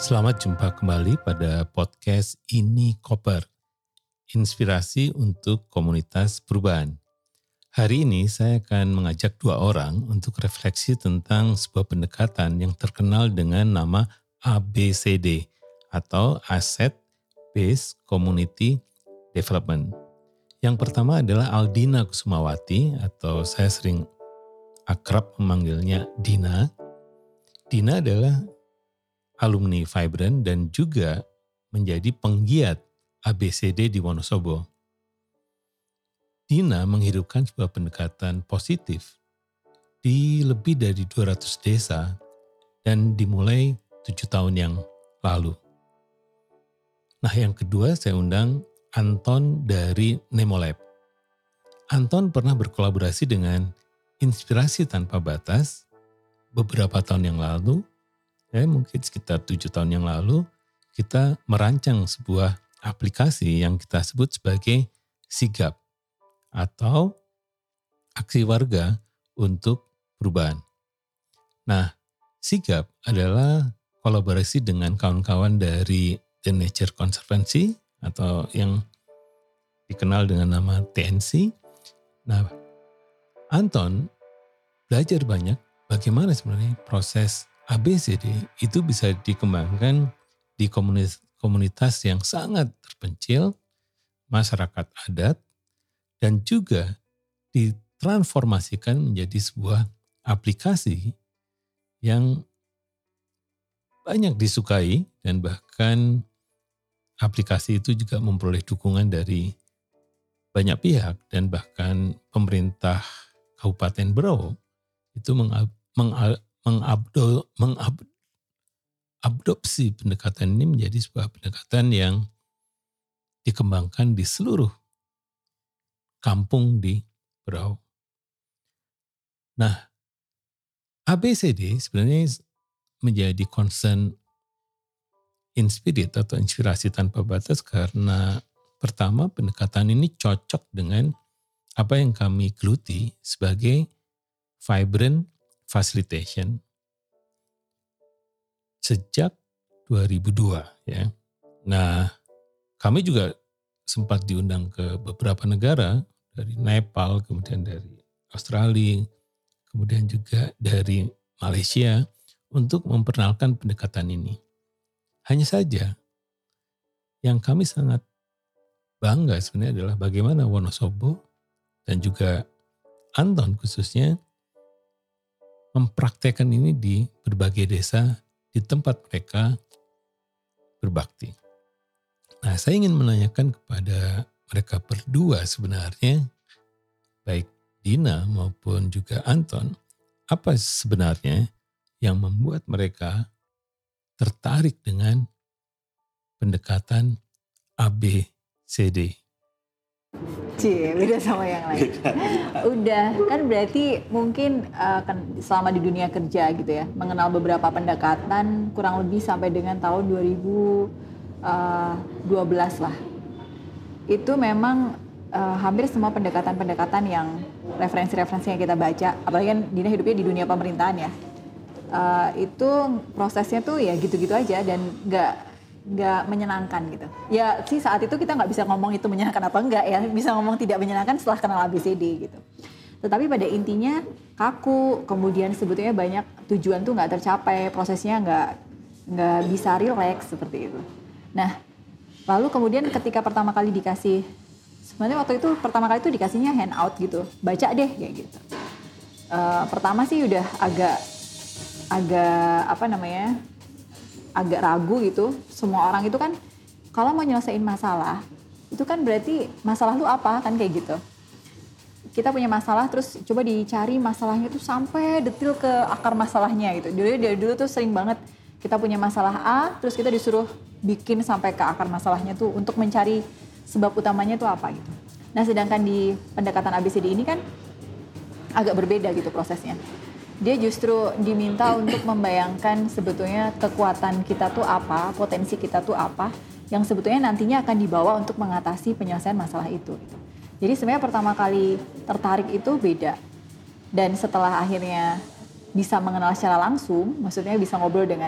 Selamat jumpa kembali pada podcast Ini Koper, inspirasi untuk komunitas perubahan. Hari ini saya akan mengajak dua orang untuk refleksi tentang sebuah pendekatan yang terkenal dengan nama ABCD atau Asset Based Community Development. Yang pertama adalah Aldina Kusumawati atau saya sering akrab memanggilnya Dina. Dina adalah alumni Vibrant dan juga menjadi penggiat ABCD di Wonosobo. Dina menghidupkan sebuah pendekatan positif di lebih dari 200 desa dan dimulai 7 tahun yang lalu. Nah, yang kedua saya undang Anton dari Nemolab. Anton pernah berkolaborasi dengan Inspirasi Tanpa Batas beberapa tahun yang lalu. Mungkin sekitar 7 tahun yang lalu, kita merancang sebuah aplikasi yang kita sebut sebagai Sigap atau Aksi Warga untuk Perubahan. Nah, Sigap adalah kolaborasi dengan kawan-kawan dari The Nature Conservancy atau yang dikenal dengan nama TNC. Nah, Anton belajar banyak bagaimana sebenarnya proses ABCD itu bisa dikembangkan di komunitas yang sangat terpencil, masyarakat adat, dan juga ditransformasikan menjadi sebuah aplikasi yang banyak disukai dan bahkan aplikasi itu juga memperoleh dukungan dari banyak pihak dan bahkan pemerintah Kabupaten Berau itu mengadopsi pendekatan ini menjadi sebuah pendekatan yang dikembangkan di seluruh kampung di Berau. Nah, ABCD sebenarnya menjadi concern in spirit atau inspirasi tanpa batas karena pertama pendekatan ini cocok dengan apa yang kami geluti sebagai Vibrant Facilitation sejak 2002 ya. Nah, kami juga sempat diundang ke beberapa negara dari Nepal, kemudian dari Australia, kemudian juga dari Malaysia untuk memperkenalkan pendekatan ini. Hanya saja yang kami sangat bangga sebenarnya adalah bagaimana Wonosobo dan juga Anton khususnya mempraktekkan ini di berbagai desa di tempat mereka berbakti. Nah, saya ingin menanyakan kepada mereka berdua sebenarnya, baik Dina maupun juga Anton, apa sebenarnya yang membuat mereka tertarik dengan pendekatan ABCD? Beda sama yang lain. Udah, kan berarti mungkin kan selama di dunia kerja gitu ya, mengenal beberapa pendekatan kurang lebih sampai dengan tahun 2012 lah. Itu memang hampir semua pendekatan-pendekatan yang referensi-referensi yang kita baca, apalagi kan Dina hidupnya di dunia pemerintahan ya, itu prosesnya tuh ya gitu-gitu aja dan nggak menyenangkan gitu. Ya sih saat itu kita nggak bisa ngomong itu menyenangkan apa enggak ya, bisa ngomong tidak menyenangkan setelah kenal ABCD gitu. Tetapi pada intinya kaku, kemudian sebetulnya banyak tujuan tuh nggak tercapai, prosesnya nggak bisa rileks seperti itu. Nah, lalu kemudian ketika pertama kali dikasih, sebenarnya waktu itu pertama kali itu dikasihnya handout gitu, baca deh kayak gitu. Pertama sih udah agak agak ragu gitu. Semua orang itu kan kalau mau nyelesain masalah itu kan berarti masalah lu apa kan kayak gitu. Kita punya masalah terus coba dicari masalahnya tuh sampai detil ke akar masalahnya gitu. Dari dulu tuh sering banget kita punya masalah A terus kita disuruh bikin sampai ke akar masalahnya tuh untuk mencari sebab utamanya tuh apa gitu. Nah, sedangkan di pendekatan ABCD ini kan agak berbeda gitu prosesnya. Dia justru diminta untuk membayangkan sebetulnya kekuatan kita tuh apa, potensi kita tuh apa, yang sebetulnya nantinya akan dibawa untuk mengatasi penyelesaian masalah itu. Gitu. Jadi sebenarnya pertama kali tertarik itu beda. Dan setelah akhirnya bisa mengenal secara langsung, maksudnya bisa ngobrol dengan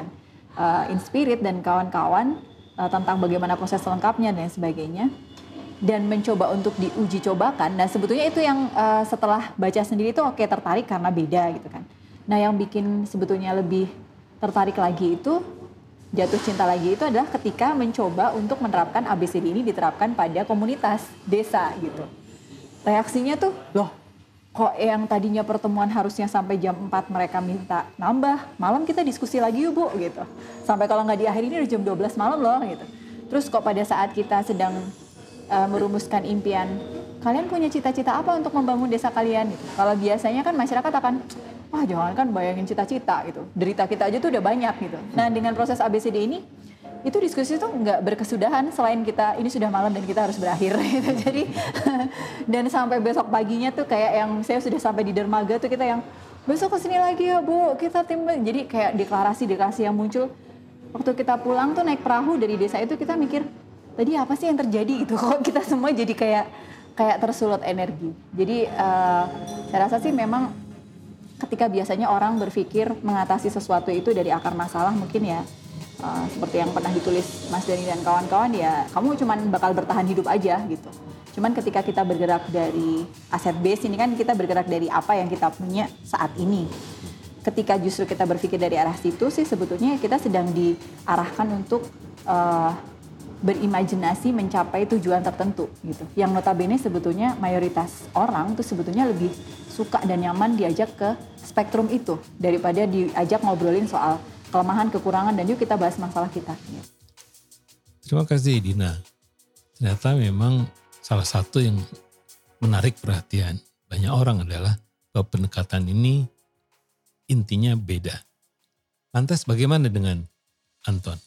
Inspirit dan kawan-kawan tentang bagaimana proses lengkapnya dan sebagainya, dan mencoba untuk diuji cobakan. Nah sebetulnya itu yang setelah baca sendiri tuh oke, tertarik karena beda gitu kan. Nah yang bikin sebetulnya lebih tertarik lagi itu, jatuh cinta lagi itu adalah ketika mencoba untuk menerapkan ABCD ini diterapkan pada komunitas desa gitu. Reaksinya tuh, loh kok yang tadinya pertemuan harusnya sampai jam 4 mereka minta nambah, malam kita diskusi lagi yuk Bu gitu. Sampai kalau nggak di akhir ini udah jam 12 malam loh gitu. Terus kok pada saat kita sedang merumuskan impian, kalian punya cita-cita apa untuk membangun desa kalian gitu. Kalau biasanya kan masyarakat akan, wah jangan kan bayangin cita-cita gitu, derita kita aja tuh udah banyak gitu. Nah dengan proses ABCD ini, itu diskusi tuh nggak berkesudahan selain kita ini sudah malam dan kita harus berakhir gitu. Jadi dan sampai besok paginya tuh kayak yang saya sudah sampai di dermaga tuh kita yang besok kesini lagi ya Bu, kita tim. Jadi kayak deklarasi yang muncul waktu kita pulang tuh naik perahu dari desa itu, kita mikir tadi apa sih yang terjadi gitu, kok kita semua jadi kayak tersulut energi. Jadi saya rasa sih memang ketika biasanya orang berpikir mengatasi sesuatu itu dari akar masalah, mungkin ya seperti yang pernah ditulis Mas Dani dan kawan-kawan, ya kamu cuman bakal bertahan hidup aja gitu. Cuman ketika kita bergerak dari aset base ini kan kita bergerak dari apa yang kita punya saat ini. Ketika justru kita berpikir dari arah situ sih sebetulnya kita sedang diarahkan untuk berimajinasi mencapai tujuan tertentu gitu. Yang notabene sebetulnya mayoritas orang tuh sebetulnya lebih suka dan nyaman diajak ke spektrum itu daripada diajak ngobrolin soal kelemahan, kekurangan, dan yuk kita bahas masalah kita. Terima kasih Dina. Ternyata memang salah satu yang menarik perhatian banyak orang adalah bahwa pendekatan ini intinya beda. Lantas bagaimana dengan Anton?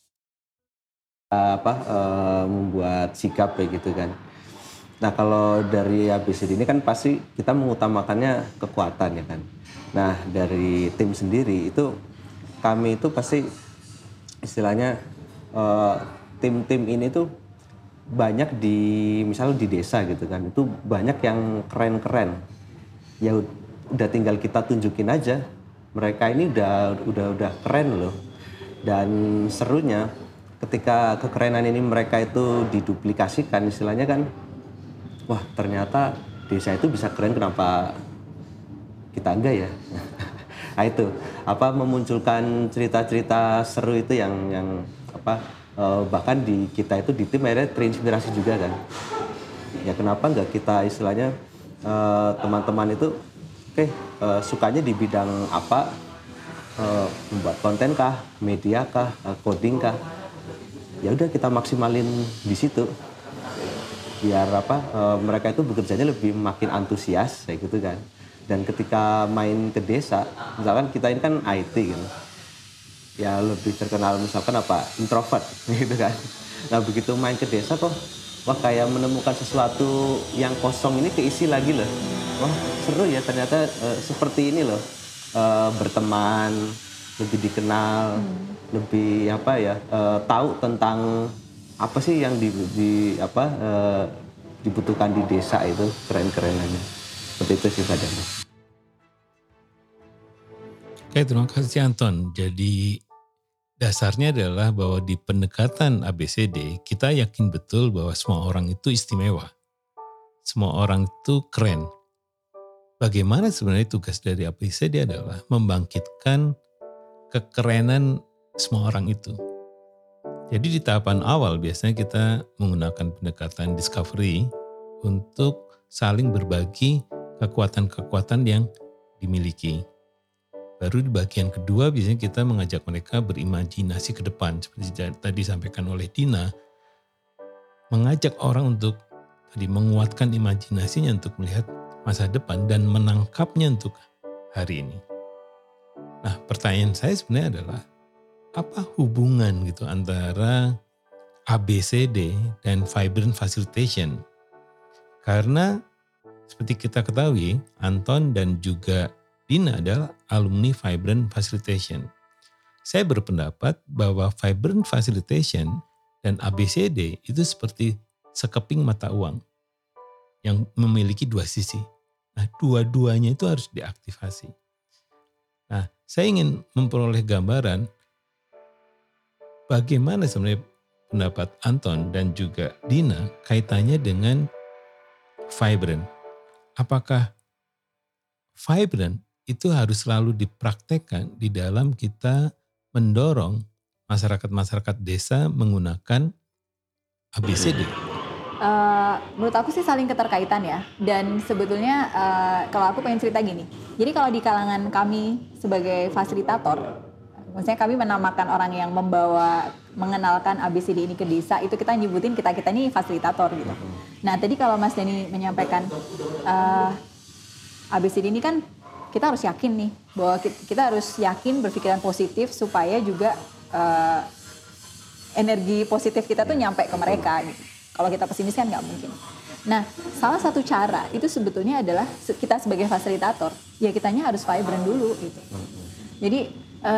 Membuat sikap kayak gitu kan. Nah kalau dari ABCD ini kan pasti kita mengutamakannya kekuatan ya kan. Nah dari tim sendiri itu kami itu pasti istilahnya tim-tim ini tuh banyak misalnya di desa gitu kan, itu banyak yang keren-keren. Ya udah tinggal kita tunjukin aja, mereka ini udah keren loh. Dan serunya ketika kekerenan ini mereka itu diduplikasikan istilahnya kan, wah ternyata desa itu bisa keren, kenapa kita enggak ya? Nah itu memunculkan cerita-cerita seru itu yang bahkan di kita itu di tim akhirnya terinspirasi juga kan. Ya kenapa enggak kita istilahnya teman-teman itu sukanya di bidang apa, membuat konten kah, media kah, coding kah, ya udah kita maksimalin di situ biar mereka itu bekerjanya lebih makin antusias kayak gitu kan. Dan ketika main ke desa, misalkan kita ini kan IT gitu, ya lebih terkenal misalkan introvert gitu kan. Nah begitu main ke desa kok, wah kayak menemukan sesuatu yang kosong ini keisi lagi loh. Wah seru ya ternyata seperti ini loh, berteman, lebih dikenal, lebih tahu tentang apa sih yang dibutuhkan di desa itu, keren-kerenannya. Seperti itu sih Dani. Oke, terima kasih Anton. Jadi dasarnya adalah bahwa di pendekatan ABCD kita yakin betul bahwa semua orang itu istimewa. Semua orang itu keren. Bagaimana sebenarnya tugas dari ABCD adalah membangkitkan kekerenan semua orang itu. Jadi di tahapan awal biasanya kita menggunakan pendekatan discovery untuk saling berbagi kekuatan-kekuatan yang dimiliki. Baru di bagian kedua biasanya kita mengajak mereka berimajinasi ke depan. Seperti tadi disampaikan oleh Dina, mengajak orang untuk menguatkan imajinasinya untuk melihat masa depan dan menangkapnya untuk hari ini. Nah pertanyaan saya sebenarnya adalah, apa hubungan gitu antara ABCD dan Vibrant Facilitation? Karena seperti kita ketahui, Anton dan juga Dina adalah alumni Vibrant Facilitation. Saya berpendapat bahwa Vibrant Facilitation dan ABCD itu seperti sekeping mata uang yang memiliki dua sisi. Nah, dua-duanya itu harus diaktifasi. Nah, saya ingin memperoleh gambaran bagaimana sebenarnya pendapat Anton dan juga Dina kaitannya dengan vibrant? Apakah vibrant itu harus selalu dipraktekkan di dalam kita mendorong masyarakat-masyarakat desa menggunakan ABCD? Menurut aku sih saling keterkaitan ya. Dan sebetulnya kalau aku pengen cerita gini. Jadi kalau di kalangan kami sebagai fasilitator, maksudnya kami menamakan orang yang mengenalkan ABCD ini ke desa, itu kita nyebutin kita ini fasilitator gitu. Nah tadi kalau Mas Denny menyampaikan ABCD ini kan kita harus yakin nih bahwa kita harus yakin berpikiran positif supaya juga energi positif kita tuh nyampe ke mereka gitu. Kalau kita pesimis kan nggak mungkin. Nah, salah satu cara itu sebetulnya adalah kita sebagai fasilitator, ya kitanya harus vibrant dulu gitu. Jadi,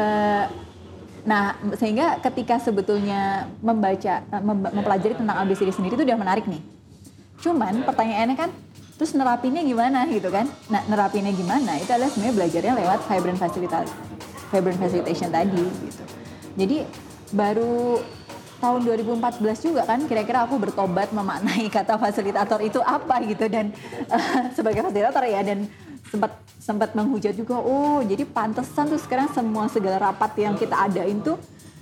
sehingga ketika sebetulnya mempelajari tentang ABCD sendiri itu udah menarik nih. Cuman pertanyaannya kan, terus nerapinnya gimana gitu kan? Nah, nerapinnya gimana? Itu adalah sebenarnya belajarnya lewat vibrant facilitation tadi gitu. Jadi baru tahun 2014 juga kan kira-kira aku bertobat memaknai kata fasilitator itu apa gitu, dan sebagai fasilitator ya, dan sempat menghujat juga, oh jadi pantesan tuh sekarang segala rapat yang kita adain tuh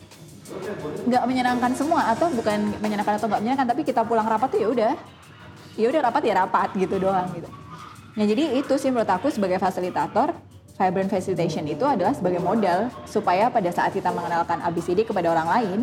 nggak menyenangkan semua, atau bukan menyenangkan atau nggak menyenangkan, tapi kita pulang rapat tuh ya udah rapat gitu doang gitu. Nah jadi itu sih menurut aku sebagai fasilitator, vibrant facilitation itu adalah sebagai modal supaya pada saat kita mengenalkan ABCD kepada orang lain,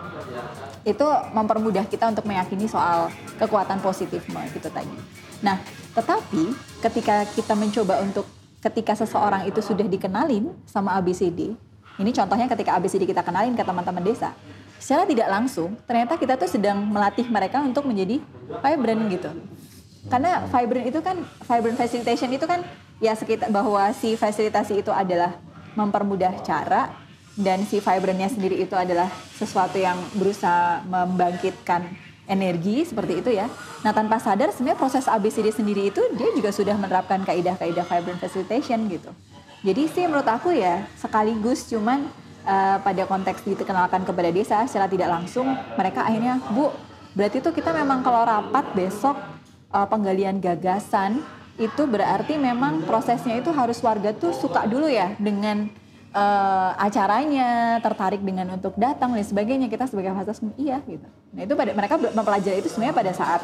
itu mempermudah kita untuk meyakini soal kekuatan positifme gitu tadi. Nah, tetapi ketika kita mencoba ketika seseorang itu sudah dikenalin sama ABCD, ini contohnya ketika ABCD kita kenalin ke teman-teman desa, secara tidak langsung ternyata kita tuh sedang melatih mereka untuk menjadi vibrant gitu. Karena vibrant facilitation itu kan ya sekitar bahwa si fasilitasi itu adalah mempermudah cara, dan si vibrantnya sendiri itu adalah sesuatu yang berusaha membangkitkan energi seperti itu ya. Nah tanpa sadar sebenarnya proses ABCD sendiri itu dia juga sudah menerapkan kaidah-kaidah vibrant facilitation gitu. Jadi sih menurut aku ya sekaligus, cuman pada konteks dikenalkan kepada desa secara tidak langsung, mereka akhirnya, Bu, berarti tuh kita memang kalau rapat besok penggalian gagasan itu berarti memang prosesnya itu harus warga tuh suka dulu ya dengan acaranya, tertarik dengan untuk datang dan sebagainya. Kita sebagai fasilitas iya gitu. Nah itu mereka mempelajari itu sebenarnya pada saat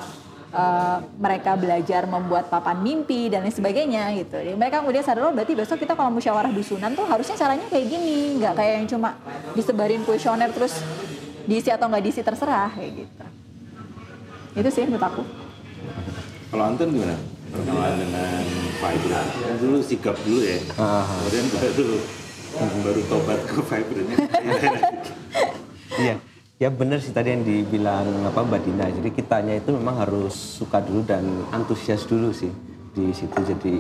mereka belajar membuat papan mimpi dan lain sebagainya gitu. Jadi mereka kemudian sadar, berarti besok kita kalau musyawarah dusunan tuh harusnya caranya kayak gini, nggak kayak yang cuma disebarin kuesioner terus diisi atau nggak diisi terserah kayak gitu. Itu sih menurut aku. Kalau Anton gimana? Perkenalan dengan vibrant. Dulu sikap dulu ya. Kemudian baru tobat ke vibrant. Iya. Ya benar sih tadi yang dibilang Mbak Dina. Jadi kitanya itu memang harus suka dulu dan antusias dulu sih di situ. Jadi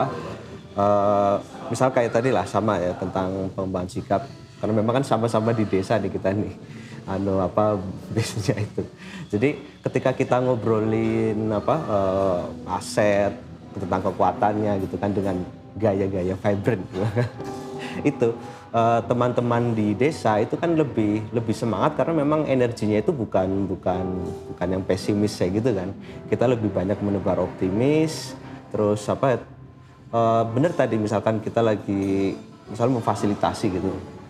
misal kayak tadi lah sama ya tentang pengembangan sikap. Karena memang kan sama-sama di desa nih kita nih. Base-nya itu. Jadi ketika kita ngobrolin aset tentang kekuatannya gitu kan dengan gaya-gaya vibrant itu teman-teman di desa itu kan lebih semangat karena memang energinya itu bukan yang pesimis kayak gitu kan. Kita lebih banyak menebar optimis. Terus bener tadi misalkan kita lagi memfasilitasi gitu.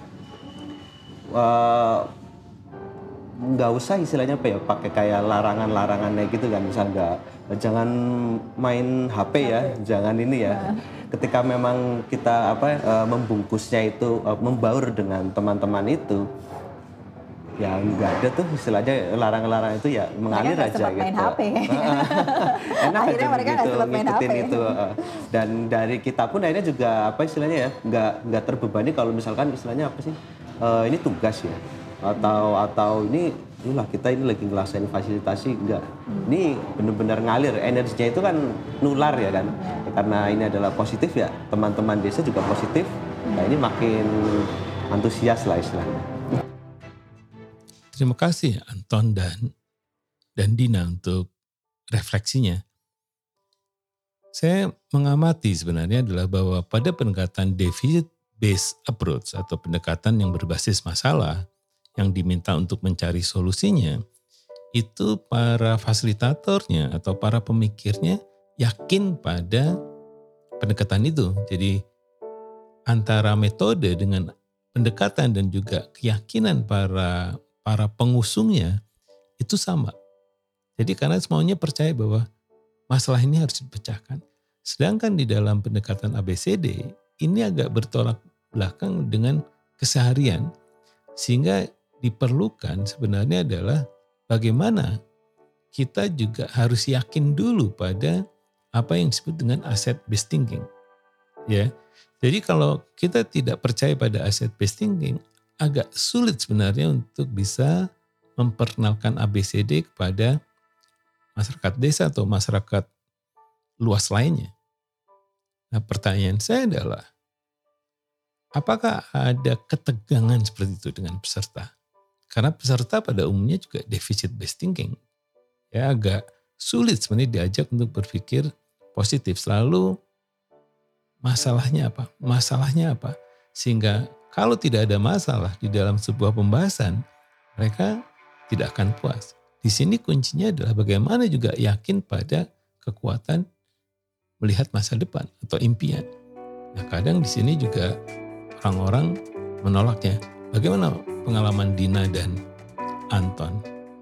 Nggak usah istilahnya pakai kayak larangan-larangannya gitu kan, misal jangan main HP ya, jangan ini ya. Ketika memang kita membungkusnya itu membaur dengan teman-teman itu, ya nggak ada tuh istilahnya larangan-larangan itu ya mengalir aja gitu. Main HP. Enak aja gitu ngikutin itu. Dan dari kita pun akhirnya juga istilahnya ya nggak terbebani kalau misalkan istilahnya ini tugas ya. Atau ini kita ini lagi ngelaksanain fasilitasi, enggak. Ini benar-benar ngalir, energinya itu kan nular ya kan. Karena ini adalah positif ya, teman-teman desa juga positif. Nah ini makin antusias lah istilahnya. Terima kasih Anton dan Dina untuk refleksinya. Saya mengamati sebenarnya adalah bahwa pada pendekatan deficit based approach atau pendekatan yang berbasis masalah, yang diminta untuk mencari solusinya, itu para fasilitatornya atau para pemikirnya yakin pada pendekatan itu. Jadi antara metode dengan pendekatan dan juga keyakinan para pengusungnya itu sama. Jadi karena semuanya percaya bahwa masalah ini harus dipecahkan. Sedangkan di dalam pendekatan ABCD ini agak bertolak belakang dengan keseharian, sehingga diperlukan sebenarnya adalah bagaimana kita juga harus yakin dulu pada apa yang disebut dengan asset based thinking. Ya. Jadi kalau kita tidak percaya pada asset based thinking, agak sulit sebenarnya untuk bisa memperkenalkan ABCD kepada masyarakat desa atau masyarakat luas lainnya. Nah, pertanyaan saya adalah, apakah ada ketegangan seperti itu dengan peserta? Karena peserta pada umumnya juga deficit based thinking. Ya, agak sulit sebenarnya diajak untuk berpikir positif. Selalu masalahnya apa? Masalahnya apa? Sehingga kalau tidak ada masalah di dalam sebuah pembahasan, mereka tidak akan puas. Di sini kuncinya adalah bagaimana juga yakin pada kekuatan melihat masa depan atau impian. Nah, kadang di sini juga orang-orang menolaknya. Bagaimana pengalaman Dina dan Anton?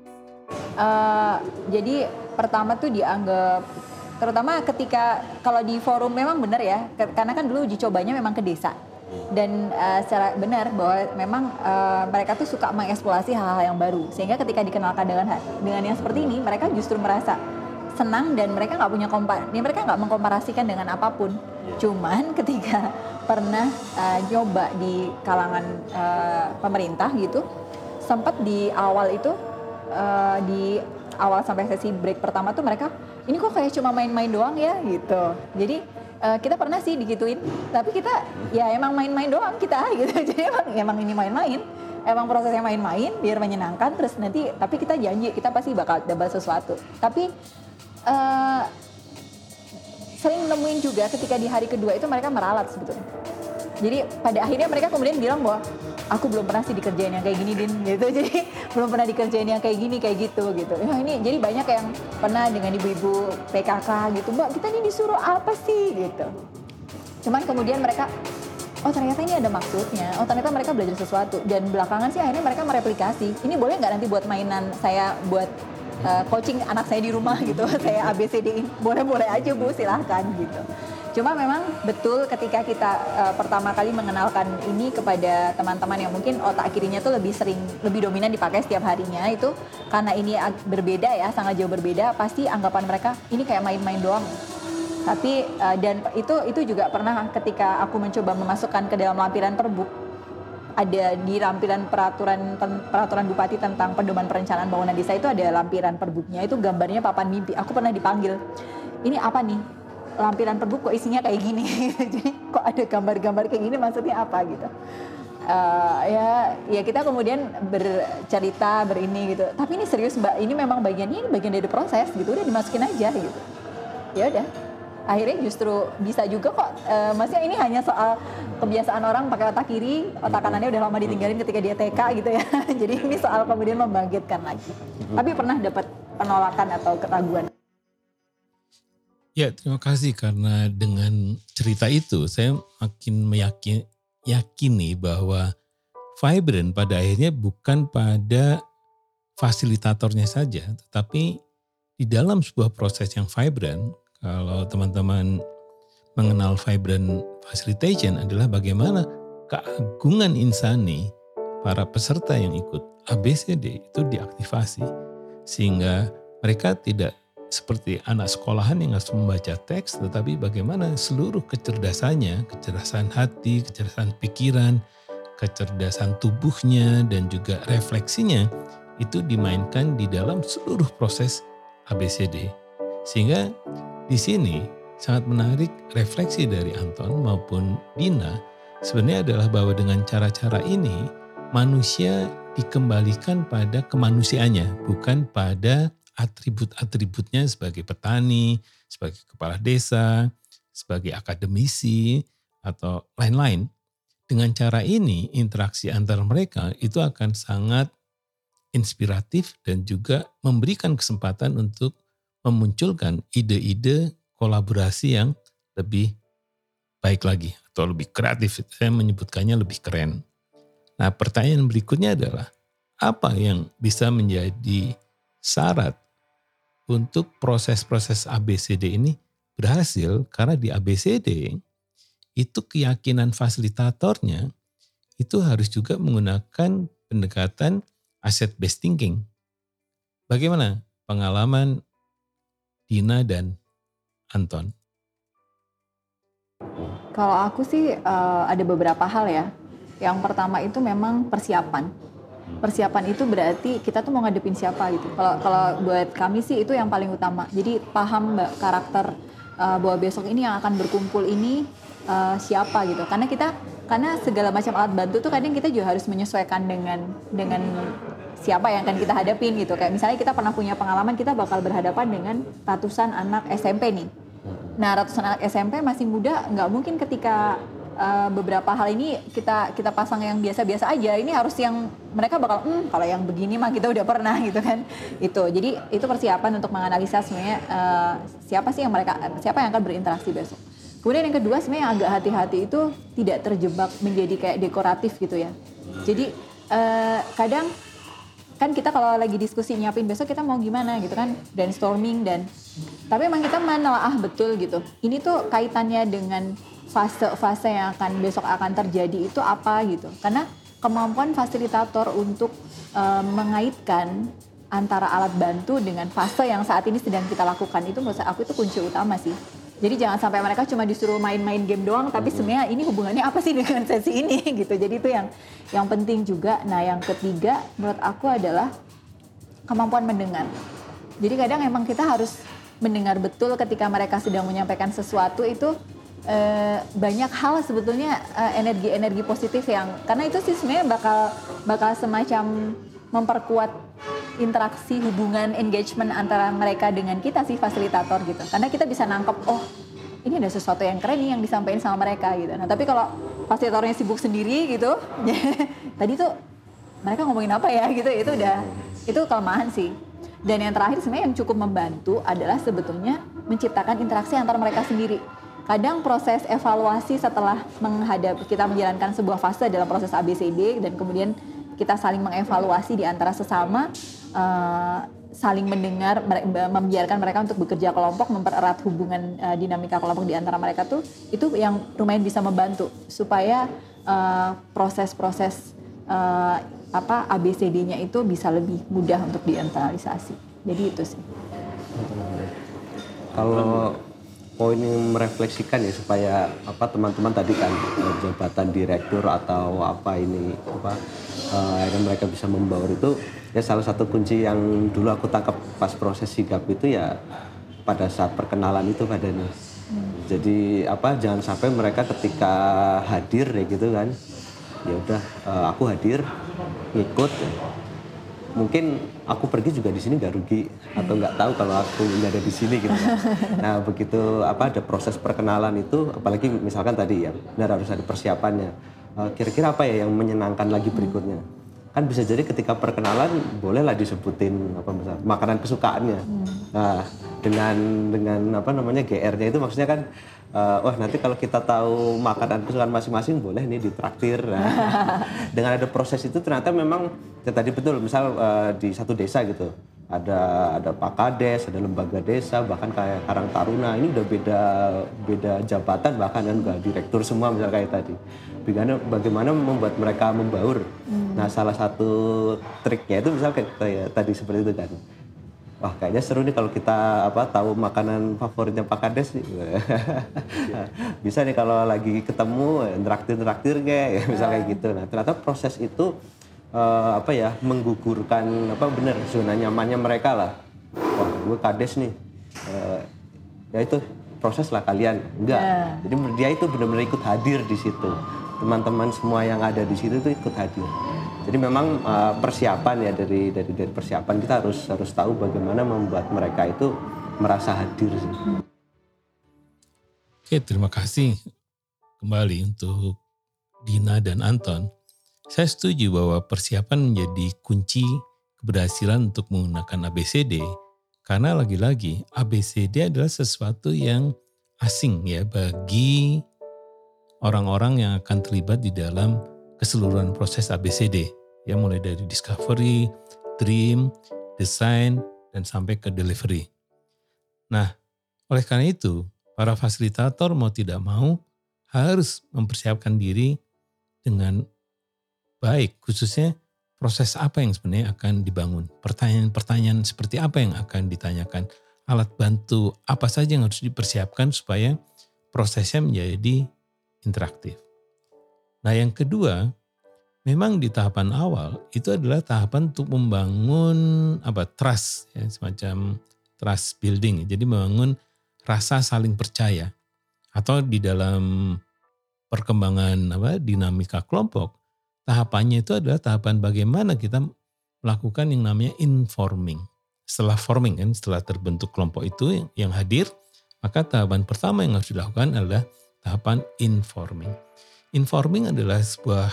Jadi pertama tuh dianggap, terutama ketika kalau di forum memang benar ya, karena kan dulu uji cobanya memang ke desa. Dan secara benar bahwa memang mereka tuh suka mengeksplorasi hal-hal yang baru, sehingga ketika dikenalkan dengan yang seperti ini, mereka justru merasa senang dan mereka nggak punya mereka nggak mengkomparasikan dengan apapun. Cuman ketika pernah nyoba di kalangan pemerintah gitu, sempat di awal itu di awal sampai sesi break pertama tuh mereka, ini kok kayak cuma main-main doang ya gitu. Jadi kita pernah sih digituin, tapi kita ya emang main-main doang kita gitu. Jadi emang ini main-main, emang prosesnya main-main biar menyenangkan. Terus nanti tapi kita janji kita pasti bakal dapat sesuatu. Tapi sering nemuin juga ketika di hari kedua itu mereka meralat sebetulnya. Jadi pada akhirnya mereka kemudian bilang bahwa aku belum pernah sih dikerjain yang kayak gini Din gitu. Jadi belum pernah dikerjain yang kayak gini kayak gitu. Ya ini jadi banyak yang pernah dengan ibu-ibu PKK gitu, Mbak kita ini disuruh apa sih gitu. Cuman kemudian mereka, oh ternyata ini ada maksudnya, oh ternyata mereka belajar sesuatu. Dan belakangan sih akhirnya mereka mereplikasi, ini boleh nggak nanti buat mainan saya buat coaching anak saya di rumah gitu, saya ABCD, boleh-boleh aja Bu silahkan gitu. Cuma memang betul ketika kita pertama kali mengenalkan ini kepada teman-teman yang mungkin otak kirinya tuh lebih dominan dipakai setiap harinya, itu karena ini berbeda ya, sangat jauh berbeda, pasti anggapan mereka ini kayak main-main doang. Tapi dan itu juga pernah ketika aku mencoba memasukkan ke dalam lampiran perbuk, ada di lampiran peraturan bupati tentang pedoman perencanaan bangunan desa itu ada lampiran perbuknya, itu gambarnya papan mimpi. Aku pernah dipanggil, ini apa nih? Lampiran perbuk kok isinya kayak gini. Jadi kok ada gambar-gambar kayak gini, maksudnya apa gitu. Ya kita kemudian bercerita berini gitu. Tapi ini serius Mbak, ini memang bagian dari proses gitu, udah dimasukin aja gitu. Ya udah. Akhirnya justru bisa juga kok. Maksudnya ini hanya soal kebiasaan orang pakai otak kiri, otak kanannya udah lama ditinggalin ketika dia TK gitu ya. Jadi ini soal kemudian membangkitkan lagi. Tapi pernah dapat penolakan atau keraguan? Ya, terima kasih karena dengan cerita itu saya makin yakini bahwa Vibrant pada akhirnya bukan pada fasilitatornya saja, tetapi di dalam sebuah proses yang vibrant. Kalau teman-teman mengenal vibrant facilitation adalah bagaimana keagungan insani para peserta yang ikut ABCD itu diaktifasi, sehingga mereka tidak seperti anak sekolahan yang harus membaca teks, tetapi bagaimana seluruh kecerdasannya, kecerdasan hati, kecerdasan pikiran, kecerdasan tubuhnya, dan juga refleksinya itu dimainkan di dalam seluruh proses ABCD. Sehingga di sini sangat menarik refleksi dari Anton maupun Dina sebenarnya adalah bahwa dengan cara-cara ini manusia dikembalikan pada kemanusiaannya, bukan pada atribut-atributnya sebagai petani, sebagai kepala desa, sebagai akademisi, atau lain-lain. dengan cara ini interaksi antar mereka itu akan sangat inspiratif dan juga memberikan kesempatan untuk memunculkan ide-ide kolaborasi yang lebih baik lagi atau lebih kreatif. Saya menyebutkannya lebih keren. Nah, pertanyaan berikutnya adalah apa yang bisa menjadi syarat untuk proses-proses ABCD ini berhasil? Karena di ABCD itu keyakinan fasilitatornya itu harus juga menggunakan pendekatan asset based thinking. Bagaimana pengalaman Dina dan Anton? Kalau aku sih ada beberapa hal ya. Yang pertama itu memang persiapan. Persiapan itu berarti kita tuh mau ngadepin siapa gitu. Kalau buat kami sih itu yang paling utama. Jadi paham karakter bahwa besok ini yang akan berkumpul ini siapa gitu. Karena segala macam alat bantu tuh kadang kita juga harus menyesuaikan dengan siapa yang akan kita hadapin gitu. Kayak misalnya kita pernah punya pengalaman kita bakal berhadapan dengan ratusan anak SMP nih. Nah, ratusan anak SMP masih muda, nggak mungkin ketika beberapa hal ini kita pasang yang biasa-biasa aja. Ini harus yang mereka bakal kalau yang begini mah kita udah pernah gitu kan. Jadi itu persiapan untuk menganalisa sebenarnya siapa yang akan berinteraksi besok. Kemudian yang kedua sebenarnya yang agak hati-hati itu tidak terjebak menjadi kayak dekoratif gitu ya. Jadi kadang kan kita kalau lagi diskusi nyiapin besok kita mau gimana gitu kan, brainstorming tapi emang kita menelaah betul gitu. Ini tuh kaitannya dengan fase-fase yang besok akan terjadi itu apa gitu. Karena kemampuan fasilitator untuk mengaitkan antara alat bantu dengan fase yang saat ini sedang kita lakukan itu menurut aku itu kunci utama sih. Jadi jangan sampai mereka cuma disuruh main-main game doang, tapi sebenarnya ini hubungannya apa sih dengan sesi ini gitu. Jadi itu yang penting juga. Nah yang ketiga menurut aku adalah kemampuan mendengar. Jadi kadang emang kita harus mendengar betul ketika mereka sedang menyampaikan sesuatu itu banyak hal sebetulnya energi-energi positif yang karena itu sih sebenarnya bakal semacam memperkuat interaksi hubungan engagement antara mereka dengan kita sih fasilitator gitu. Karena kita bisa nangkep ini ada sesuatu yang keren nih yang disampaikan sama mereka gitu. Nah, tapi kalau fasilitatornya sibuk sendiri gitu, tadi tuh mereka ngomongin apa ya gitu, itu kelemahan sih. Dan yang terakhir sebenarnya yang cukup membantu adalah sebetulnya menciptakan interaksi antara mereka sendiri. Kadang proses evaluasi setelah kita menjalankan sebuah fase dalam proses ABCD dan kemudian kita saling mengevaluasi di antara sesama, saling mendengar, membiarkan mereka untuk bekerja kelompok, mempererat hubungan dinamika kelompok di antara mereka tuh, itu yang lumayan bisa membantu supaya proses-proses ABCD-nya itu bisa lebih mudah untuk diinternalisasi. Jadi itu sih. Kalau poin yang merefleksikan ya supaya teman-teman tadi kan jabatan direktur atau yang mereka bisa membaur itu ya salah satu kunci yang dulu aku tangkap pas proses sigap itu ya pada saat perkenalan itu Pak Dani. Jadi jangan sampai mereka ketika hadir ya gitu kan, ya udah aku hadir ngikut. Mungkin aku pergi juga di sini nggak rugi atau nggak tahu kalau aku nggak ada di sini gitu. Nah begitu ada proses perkenalan itu, apalagi misalkan tadi ya benar harus ada persiapannya. Kira-kira apa ya yang menyenangkan lagi berikutnya? Kan bisa jadi ketika perkenalan bolehlah disebutin makanan kesukaannya. Nah dengan GR-nya itu maksudnya kan nanti kalau kita tahu makanan kesukaan masing-masing boleh nih ditraktir. Nah, dengan ada proses itu ternyata memang ya tadi betul misal di satu desa gitu ada Pak Kades, ada lembaga desa, bahkan kayak Karang Taruna ini udah beda jabatan bahkan kan udah direktur semua misal kayak tadi. Bagaimana membuat mereka membaur. Nah salah satu triknya itu misal kayak tadi seperti itu kan. Wah kayaknya seru nih kalau kita tahu makanan favoritnya Pak Kades nih. Bisa nih kalau lagi ketemu traktir kayak misal kayak gitu. Nah ternyata proses itu menggugurkan bener zona nyamannya mereka lah. Wah gue Kades nih. Ya itu proses lah kalian. Enggak. Jadi dia itu benar-benar ikut hadir di situ. Teman-teman semua yang ada di situ itu ikut hadir. Jadi memang persiapan ya dari persiapan kita harus tahu bagaimana membuat mereka itu merasa hadir. Oke, terima kasih kembali untuk Dina dan Anton, saya setuju bahwa persiapan menjadi kunci keberhasilan untuk menggunakan ABCD, karena lagi-lagi ABCD adalah sesuatu yang asing ya bagi orang-orang yang akan terlibat di dalam keseluruhan proses ABCD, ya mulai dari discovery, dream, design, dan sampai ke delivery. Nah, oleh karena itu, para fasilitator mau tidak mau harus mempersiapkan diri dengan baik, khususnya proses apa yang sebenarnya akan dibangun. Pertanyaan-pertanyaan seperti apa yang akan ditanyakan, alat bantu apa saja yang harus dipersiapkan supaya prosesnya menjadi interaktif. Nah yang kedua, memang di tahapan awal itu adalah tahapan untuk membangun trust, ya, semacam trust building. Jadi membangun rasa saling percaya. Atau di dalam perkembangan dinamika kelompok, tahapannya itu adalah tahapan bagaimana kita melakukan yang namanya informing. Setelah forming kan, setelah terbentuk kelompok itu yang hadir, maka tahapan pertama yang harus dilakukan adalah tahapan informing. Informing adalah sebuah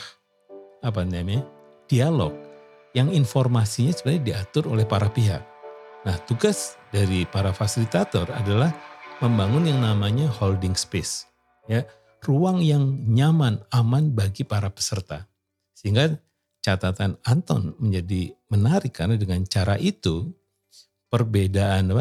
dialog yang informasinya sebenarnya diatur oleh para pihak. Nah, tugas dari para fasilitator adalah membangun yang namanya holding space, ya, ruang yang nyaman, aman bagi para peserta. Sehingga catatan Anton menjadi menarik karena dengan cara itu perbedaan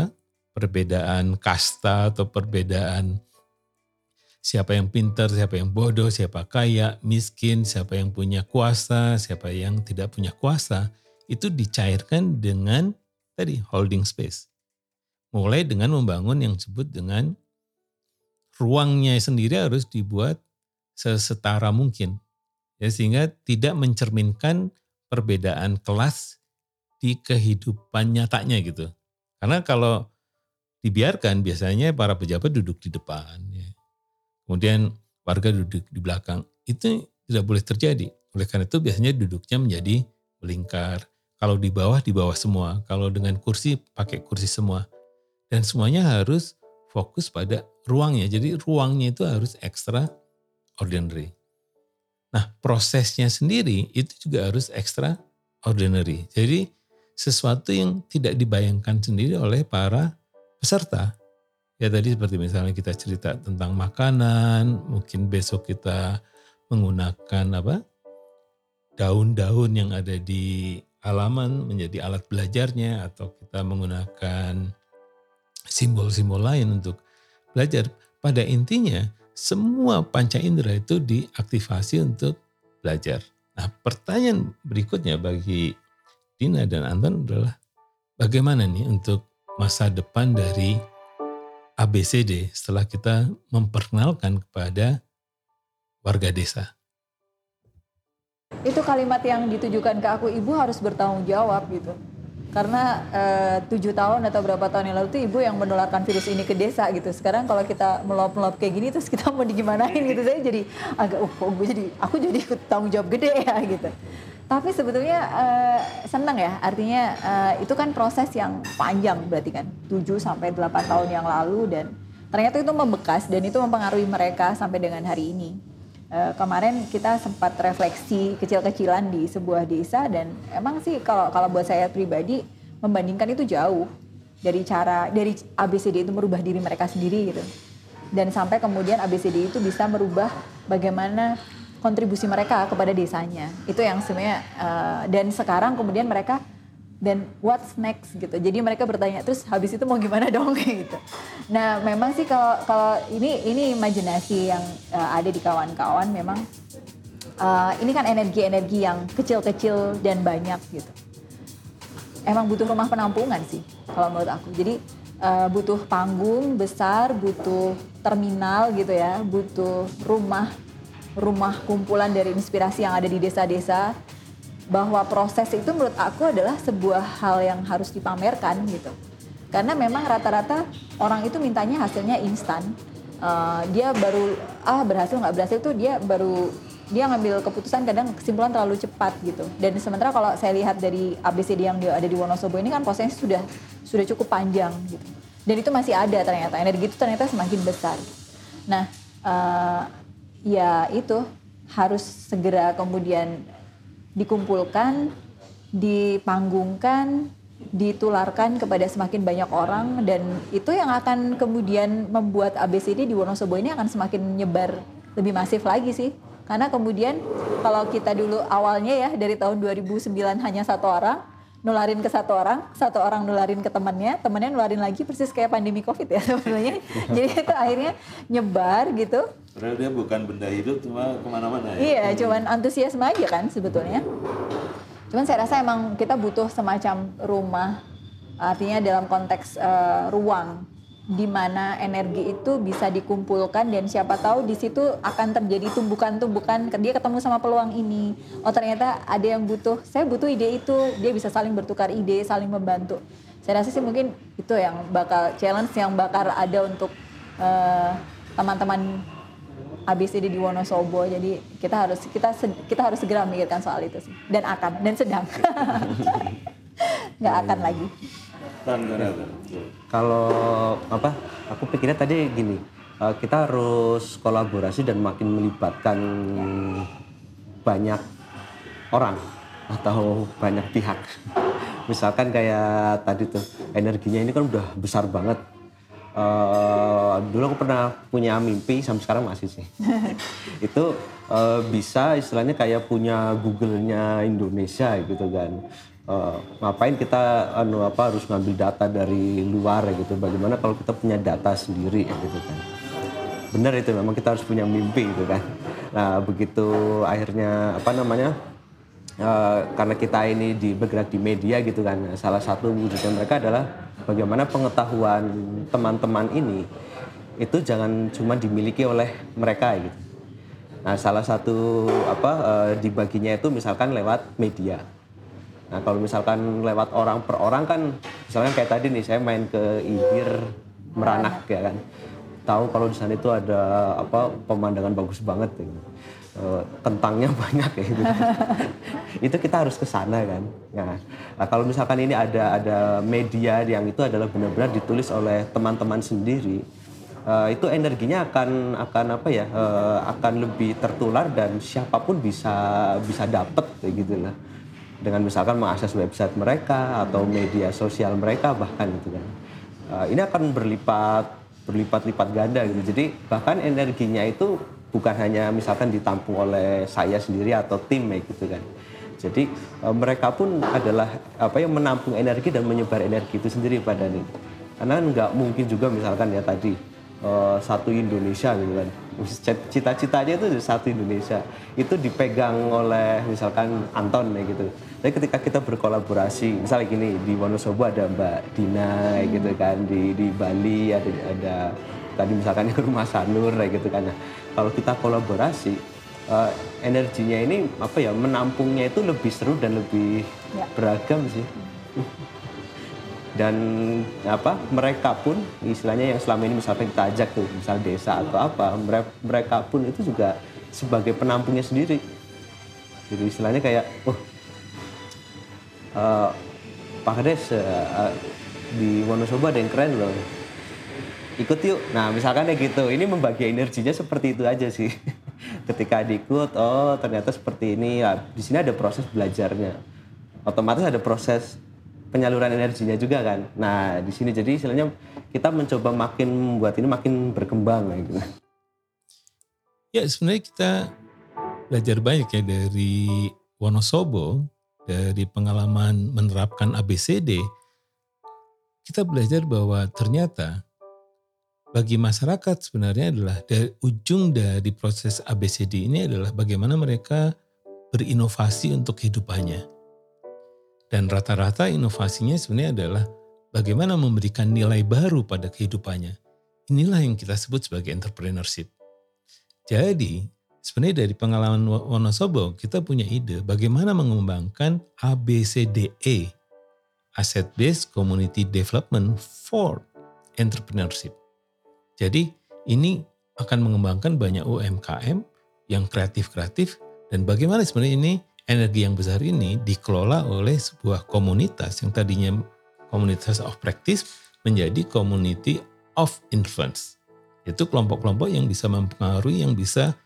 kasta atau perbedaan siapa yang pintar, siapa yang bodoh, siapa kaya, miskin, siapa yang punya kuasa, siapa yang tidak punya kuasa, itu dicairkan dengan tadi holding space. Mulai dengan membangun yang disebut dengan ruangnya sendiri harus dibuat sesetara mungkin. Ya, sehingga tidak mencerminkan perbedaan kelas di kehidupan nyatanya gitu. Karena kalau dibiarkan biasanya para pejabat duduk di depan, ya. Kemudian warga duduk di belakang. Itu tidak boleh terjadi. Oleh karena itu biasanya duduknya menjadi melingkar. Kalau di bawah semua. Kalau dengan kursi pakai kursi semua. Dan semuanya harus fokus pada ruangnya. Jadi ruangnya itu harus extraordinary. Nah prosesnya sendiri itu juga harus extraordinary. Jadi sesuatu yang tidak dibayangkan sendiri oleh para peserta. Ya tadi seperti misalnya kita cerita tentang makanan, mungkin besok kita menggunakan daun-daun yang ada di halaman menjadi alat belajarnya, atau kita menggunakan simbol-simbol lain untuk belajar. Pada intinya semua panca indera itu diaktifasi untuk belajar. Nah pertanyaan berikutnya bagi Dina dan Anton adalah bagaimana nih untuk masa depan dari ABCD setelah kita memperkenalkan kepada warga desa. Itu kalimat yang ditujukan ke aku, ibu harus bertanggung jawab gitu. Karena 7 tahun atau berapa tahun yang lalu tuh ibu yang menularkan virus ini ke desa gitu. Sekarang kalau kita melop-melop kayak gini terus kita mau digimanain gitu, saya jadi agak aku jadi ikut tanggung jawab gede ya gitu. Tapi sebetulnya senang ya, artinya itu kan proses yang panjang berarti kan, 7 sampai 8 tahun yang lalu, dan ternyata itu membekas dan itu mempengaruhi mereka sampai dengan hari ini. Kemarin kita sempat refleksi kecil-kecilan di sebuah desa, dan emang sih kalau buat saya pribadi membandingkan itu jauh dari ABCD itu merubah diri mereka sendiri gitu. Dan sampai kemudian ABCD itu bisa merubah bagaimana kontribusi mereka kepada desanya. Itu yang sebenarnya dan sekarang kemudian mereka dan what's next gitu. Jadi mereka bertanya terus habis itu mau gimana dong gitu. Nah, memang sih kalau ini imajinasi yang ada di kawan-kawan, memang ini kan energi-energi yang kecil-kecil dan banyak gitu. Emang butuh rumah penampungan sih kalau menurut aku. Jadi butuh panggung besar, butuh terminal gitu ya, butuh rumah kumpulan dari inspirasi yang ada di desa-desa, bahwa proses itu menurut aku adalah sebuah hal yang harus dipamerkan gitu. Karena memang rata-rata orang itu mintanya hasilnya instan. Dia baru berhasil nggak berhasil tuh dia ngambil keputusan, kadang kesimpulan terlalu cepat gitu. Dan sementara kalau saya lihat dari ABCD yang ada di Wonosobo ini kan prosesnya sudah cukup panjang gitu. Dan itu masih ada ternyata, energi itu ternyata semakin besar. Nah, ya itu harus segera kemudian dikumpulkan, dipanggungkan, ditularkan kepada semakin banyak orang, dan itu yang akan kemudian membuat ABCD di Wonosobo ini akan semakin nyebar lebih masif lagi sih. Karena kemudian kalau kita dulu awalnya ya dari tahun 2009 hanya satu orang, nularin ke satu orang nularin ke temannya nularin lagi, persis kayak pandemi COVID ya sebenarnya. Jadi itu akhirnya nyebar gitu. Padahal dia bukan benda hidup, cuma kemana-mana ya. Iya, cuman antusiasme aja kan sebetulnya. Cuman saya rasa emang kita butuh semacam rumah, artinya dalam konteks ruang di mana energi itu bisa dikumpulkan, dan siapa tahu di situ akan terjadi tumbukan-tumbukan, dia ketemu sama peluang ini. Oh ternyata ada yang saya butuh ide itu, dia bisa saling bertukar ide, saling membantu. Saya rasa sih mungkin itu yang bakal challenge yang bakal ada untuk teman-teman ABCD di Wonosobo. Jadi kita harus segera memikirkan soal itu sih, dan sedang nggak akan lagi. Kalau aku pikirnya tadi gini, kita harus kolaborasi dan makin melibatkan banyak orang atau banyak pihak. Misalkan kayak tadi tuh, energinya ini kan udah besar banget. Dulu aku pernah punya mimpi, sampai sekarang masih sih. Itu bisa istilahnya kayak punya Google-nya Indonesia gitu kan. Ngapain kita harus ngambil data dari luar gitu, bagaimana kalau kita punya data sendiri gitu kan. Benar itu, memang kita harus punya mimpi gitu kan. Nah begitu akhirnya karena kita ini bergerak di media gitu kan, salah satu wujudnya mereka adalah bagaimana pengetahuan teman-teman ini itu jangan cuma dimiliki oleh mereka gitu. Nah salah satu dibaginya itu misalkan lewat media. Nah kalau misalkan lewat orang per orang kan, misalkan kayak tadi nih saya main ke Ibir Meranak ya kan, tahu kalau di sana itu ada pemandangan bagus banget gitu. Kentangnya banyak ya gitu. Itu kita harus ke sana kan. Nah kalau misalkan ini ada media yang itu adalah benar-benar ditulis oleh teman-teman sendiri, itu energinya akan lebih tertular dan siapapun bisa dapet kayak gitu lah. Dengan misalkan mengakses website mereka atau media sosial mereka bahkan gitu kan. Ini akan berlipat-lipat ganda gitu. Jadi bahkan energinya itu bukan hanya misalkan ditampung oleh saya sendiri atau tim gitu kan. Jadi mereka pun adalah menampung energi dan menyebar energi itu sendiri pada nih. Karena nggak mungkin juga misalkan ya tadi satu Indonesia gitu kan. Cita-citanya itu satu Indonesia. Itu dipegang oleh misalkan Anton ya gitu. Tapi ketika kita berkolaborasi, misalnya gini, di Wonosobo ada Mbak Dina gitu kan, di Bali ada tadi misalkan yang Rumah Sanur gitu kan. Nah, kalau kita kolaborasi, energinya ini menampungnya itu lebih seru dan lebih beragam sih. Dan mereka pun istilahnya yang selama ini misalnya kita ajak tuh, misal desa atau mereka pun itu juga sebagai penampungnya sendiri. Jadi istilahnya kayak Pak Kades di Wonosobo ada yang keren loh, ikut yuk. Nah misalkan kayak gitu, ini membagi energinya seperti itu aja sih. Ketika diikut, ternyata seperti ini. Nah, di sini ada proses belajarnya, otomatis ada proses penyaluran energinya juga kan. Nah di sini jadi istilahnya kita mencoba makin membuat ini makin berkembang gitu. Ya sebenarnya kita belajar banyak ya dari Wonosobo, dari pengalaman menerapkan ABCD. Kita belajar bahwa ternyata bagi masyarakat sebenarnya adalah dari ujung dari proses ABCD ini adalah bagaimana mereka berinovasi untuk kehidupannya. Dan rata-rata inovasinya sebenarnya adalah bagaimana memberikan nilai baru pada kehidupannya. Inilah yang kita sebut sebagai entrepreneurship. Jadi sebenarnya dari pengalaman Wonosobo kita punya ide bagaimana mengembangkan ABCDE, Asset Based Community Development for Entrepreneurship. Jadi ini akan mengembangkan banyak UMKM yang kreatif-kreatif, dan bagaimana sebenarnya ini energi yang besar ini dikelola oleh sebuah komunitas yang tadinya komunitas of practice menjadi community of influence. Itu kelompok-kelompok yang bisa mempengaruhi, yang bisa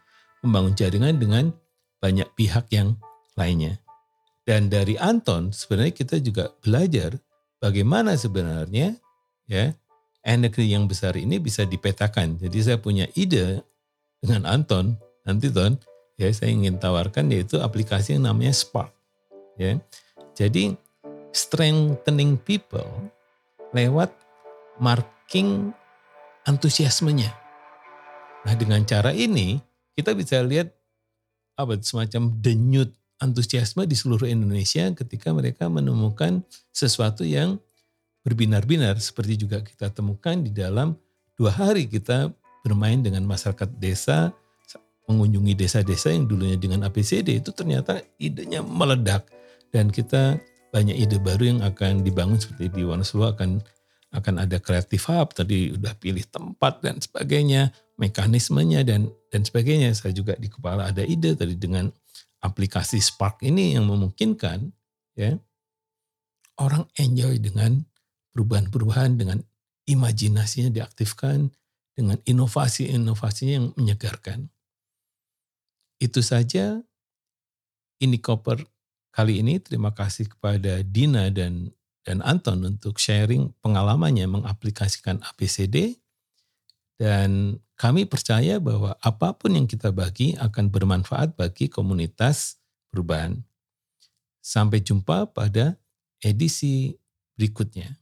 membangun jaringan dengan banyak pihak yang lainnya. Dan dari Anton sebenarnya kita juga belajar bagaimana sebenarnya ya energi yang besar ini bisa dipetakan. Jadi saya punya ide dengan Anton nanti Ton, ya saya ingin tawarkan yaitu aplikasi yang namanya Spark. Ya, jadi strengthening people lewat marking antusiasmenya. Nah dengan cara ini kita bisa lihat semacam denyut antusiasme di seluruh Indonesia ketika mereka menemukan sesuatu yang berbinar-binar seperti juga kita temukan di dalam 2 hari kita bermain dengan masyarakat desa, mengunjungi desa-desa yang dulunya dengan ABCD itu ternyata idenya meledak dan kita banyak ide baru yang akan dibangun seperti di Wonosobo akan ada Creative Hub, tadi udah pilih tempat dan sebagainya, mekanismenya dan sebagainya. Saya juga di kepala ada ide tadi dengan aplikasi Spark ini yang memungkinkan ya orang enjoy dengan perubahan-perubahan, dengan imajinasinya diaktifkan, dengan inovasi-inovasinya yang menyegarkan. Itu saja ini Koper kali ini. Terima kasih kepada Dina dan Anton untuk sharing pengalamannya mengaplikasikan ABCD. Dan kami percaya bahwa apapun yang kita bagi akan bermanfaat bagi komunitas perubahan. Sampai jumpa pada edisi berikutnya.